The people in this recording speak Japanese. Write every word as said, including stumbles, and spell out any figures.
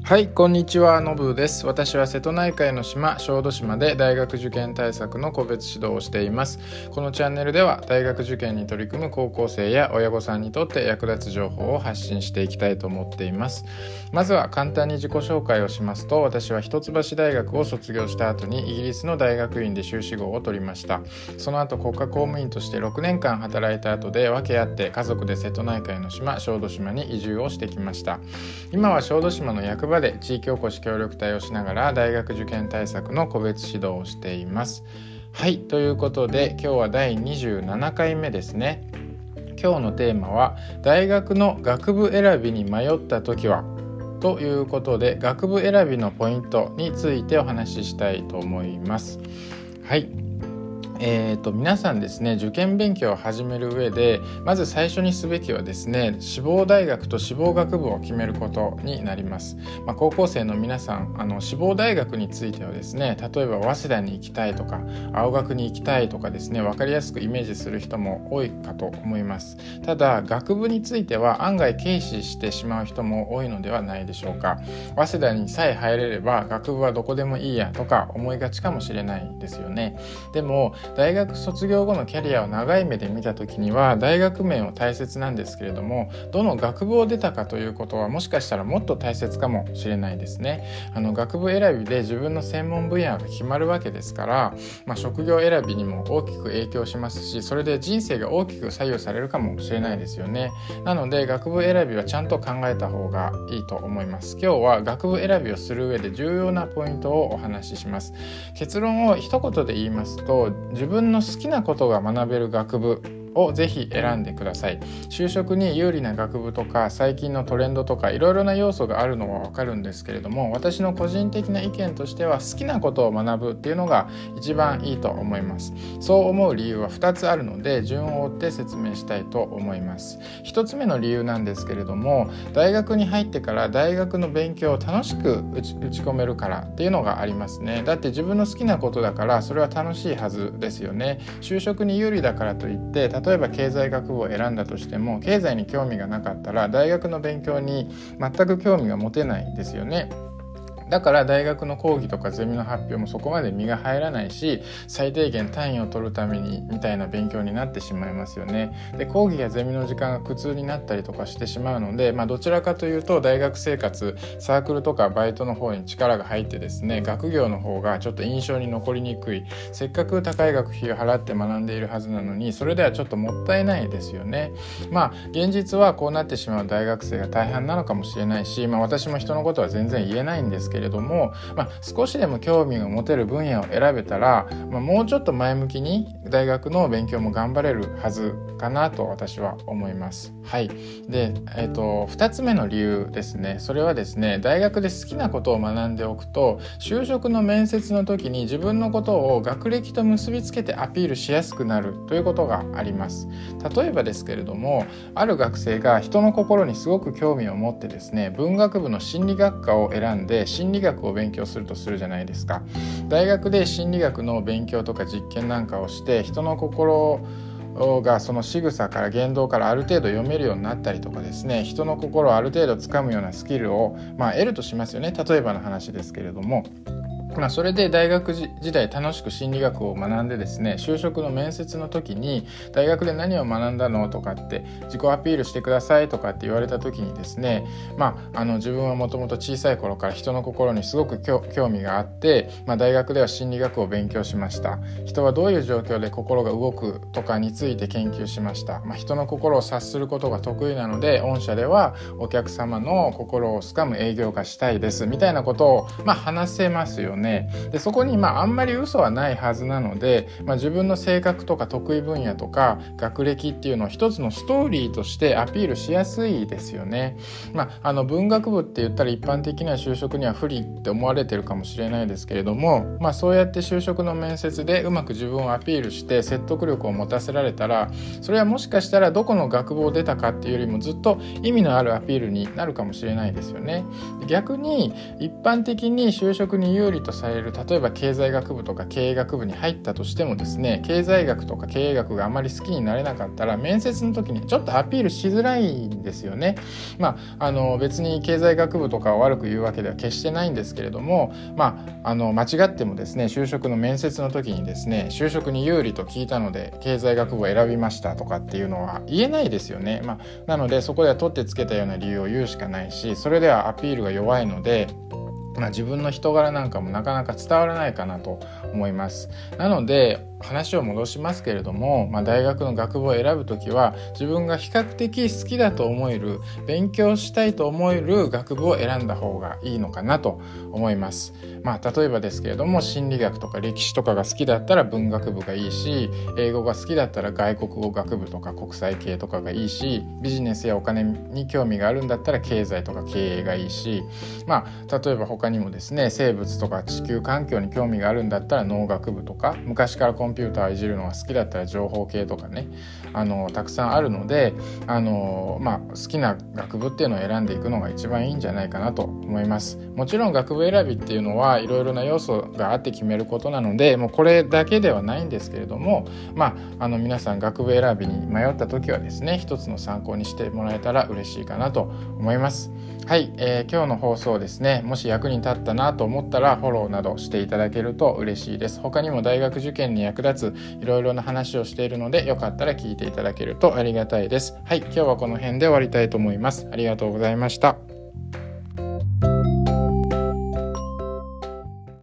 はい、こんにちは、のぶです。私は瀬戸内海の島、小豆島で大学受験対策の個別指導をしています。このチャンネルでは大学受験に取り組む高校生や親御さんにとって役立つ情報を発信していきたいと思っています。まずは簡単に自己紹介をしますと、私は一橋大学を卒業した後にイギリスの大学院で修士号を取りました。その後国家公務員としてろくねんかん働いた後で分け合って家族で瀬戸内海の島、小豆島に移住をしてきました。今は小豆島の役場で地域おこし協力隊をしながら大学受験対策の個別指導をしています。はい、ということで今日はだいにじゅうななかいめですね。今日のテーマは大学の学部選びに迷った時はということで、学部選びのポイントについてお話ししたいと思います。はい。えーと、皆さんですね、受験勉強を始める上でまず最初にすべきはですね、志望大学と志望学部を決めることになります。まあ、高校生の皆さん、あの志望大学についてはですね、例えば早稲田に行きたいとか青学に行きたいとかですね、分かりやすくイメージする人も多いかと思います。ただ学部については案外軽視してしまう人も多いのではないでしょうか。早稲田にさえ入れれば学部はどこでもいいやとか思いがちかもしれないですよね。でも大学卒業後のキャリアを長い目で見た時には大学面は大切なんですけれども、どの学部を出たかということはもしかしたらもっと大切かもしれないですね。あの学部選びで自分の専門分野が決まるわけですから、まあ、職業選びにも大きく影響しますし、それで人生が大きく左右されるかもしれないですよね。なので学部選びはちゃんと考えた方がいいと思います。今日は学部選びをする上で重要なポイントをお話しします。結論を一言で言いますと、自分の好きなことが学べる学部をぜひ選んでください。就職に有利な学部とか最近のトレンドとかいろいろな要素があるのはわかるんですけれども、私の個人的な意見としては好きなことを学ぶっていうのが一番いいと思います。そう思う理由はふたつあるので順を追って説明したいと思います。ひとつめの理由なんですけれども、大学に入ってから大学の勉強を楽しく打ち、打ち込めるからっていうのがありますね。だって自分の好きなことだからそれは楽しいはずですよね。就職に有利だからといって例えば経済学部を選んだとしても、経済に興味がなかったら大学の勉強に全く興味が持てないですよね。だから大学の講義とかゼミの発表もそこまで身が入らないし、最低限単位を取るためにみたいな勉強になってしまいますよね。で、講義やゼミの時間が苦痛になったりとかしてしまうので、まあ、どちらかというと大学生活、サークルとかバイトの方に力が入ってですね、学業の方がちょっと印象に残りにくい。せっかく高い学費を払って学んでいるはずなのに、それではちょっともったいないですよね。まあ現実はこうなってしまう大学生が大半なのかもしれないし、まあ、私も人のことは全然言えないんですけれども、まあ、少しでも興味が持てる分野を選べたら、まあ、もうちょっと前向きに大学の勉強も頑張れるはずかなと私は思います。はい。で、えーと、ふたつめの理由ですね。それはですね、大学で好きなことを学んでおくと、就職の面接の時に自分のことを学歴と結びつけてアピールしやすくなるということがあります。例えばですけれども、ある学生が人の心にすごく興味を持ってですね、文学部の心理学科を選んで心理学を勉強するとするじゃないですか。大学で心理学の勉強とか実験なんかをして人の心がその仕草から言動からある程度読めるようになったりとかですね、人の心をある程度つかむようなスキルを、まあ、得るとしますよね。例えばの話ですけれども、まあ、それで大学時代楽しく心理学を学んでですね、就職の面接の時に大学で何を学んだのとかって自己アピールしてくださいとかって言われた時にですね、まあ、あの自分はもともと小さい頃から人の心にすごく興味があって、まあ、大学では心理学を勉強しました。人はどういう状況で心が動くとかについて研究しました。まあ、人の心を察することが得意なので、御社ではお客様の心をつかむ営業がしたいですみたいなことを、まあ、話せますよね。でそこにまああんまり嘘はないはずなので、まあ、自分の性格とか得意分野とか学歴っていうのを一つのストーリーとしてアピールしやすいですよね。まあ、あの文学部って言ったら一般的には就職には不利って思われてるかもしれないですけれども、まあ、そうやって就職の面接でうまく自分をアピールして説得力を持たせられたら、それはもしかしたらどこの学部を出たかっていうよりもずっと意味のあるアピールになるかもしれないですよね。逆に一般的に就職に有利とされる、例えば経済学部とか経営学部に入ったとしてもですね、経済学とか経営学があまり好きになれなかったら面接の時にちょっとアピールしづらいんですよね。まあ、あの別に経済学部とかを悪く言うわけでは決してないんですけれども、まあ、あの間違ってもですね、就職の面接の時にですね、就職に有利と聞いたので経済学部を選びましたとかっていうのは言えないですよね。まあ、なのでそこでは取ってつけたような理由を言うしかないし、それではアピールが弱いので、まあ、自分の人柄なんかもなかなか伝わらないかなと思います。なので話を戻しますけれども、まあ、大学の学部を選ぶときは自分が比較的好きだと思える、勉強したいと思える学部を選んだ方がいいのかなと思います。まあ、例えばですけれども、心理学とか歴史とかが好きだったら文学部がいいし、英語が好きだったら外国語学部とか国際系とかがいいし、ビジネスやお金に興味があるんだったら経済とか経営がいいし、まあ、例えば他にもですね、生物とか地球環境に興味があるんだったら農学部とか、昔からコンピューターをいじるのが好きだったら情報系とかね、あのたくさんあるので、あの、まあ、好きな学部っていうのを選んでいくのが一番いいんじゃないかなと思います。もちろん学部選びっていうのはいろいろな要素があって決めることなので、もうこれだけではないんですけれども、まあ、あの皆さん学部選びに迷った時はですね、一つの参考にしてもらえたら嬉しいかなと思います。はい、えー、今日の放送ですね、もし役に立ったなと思ったらフォローなどしていただけると嬉しいです。他にも大学受験に役立ついろいろな話をしているので、よかったら聞いていただけるとありがたいです。はい、今日はこの辺で終わりたいと思います。ありがとうございました。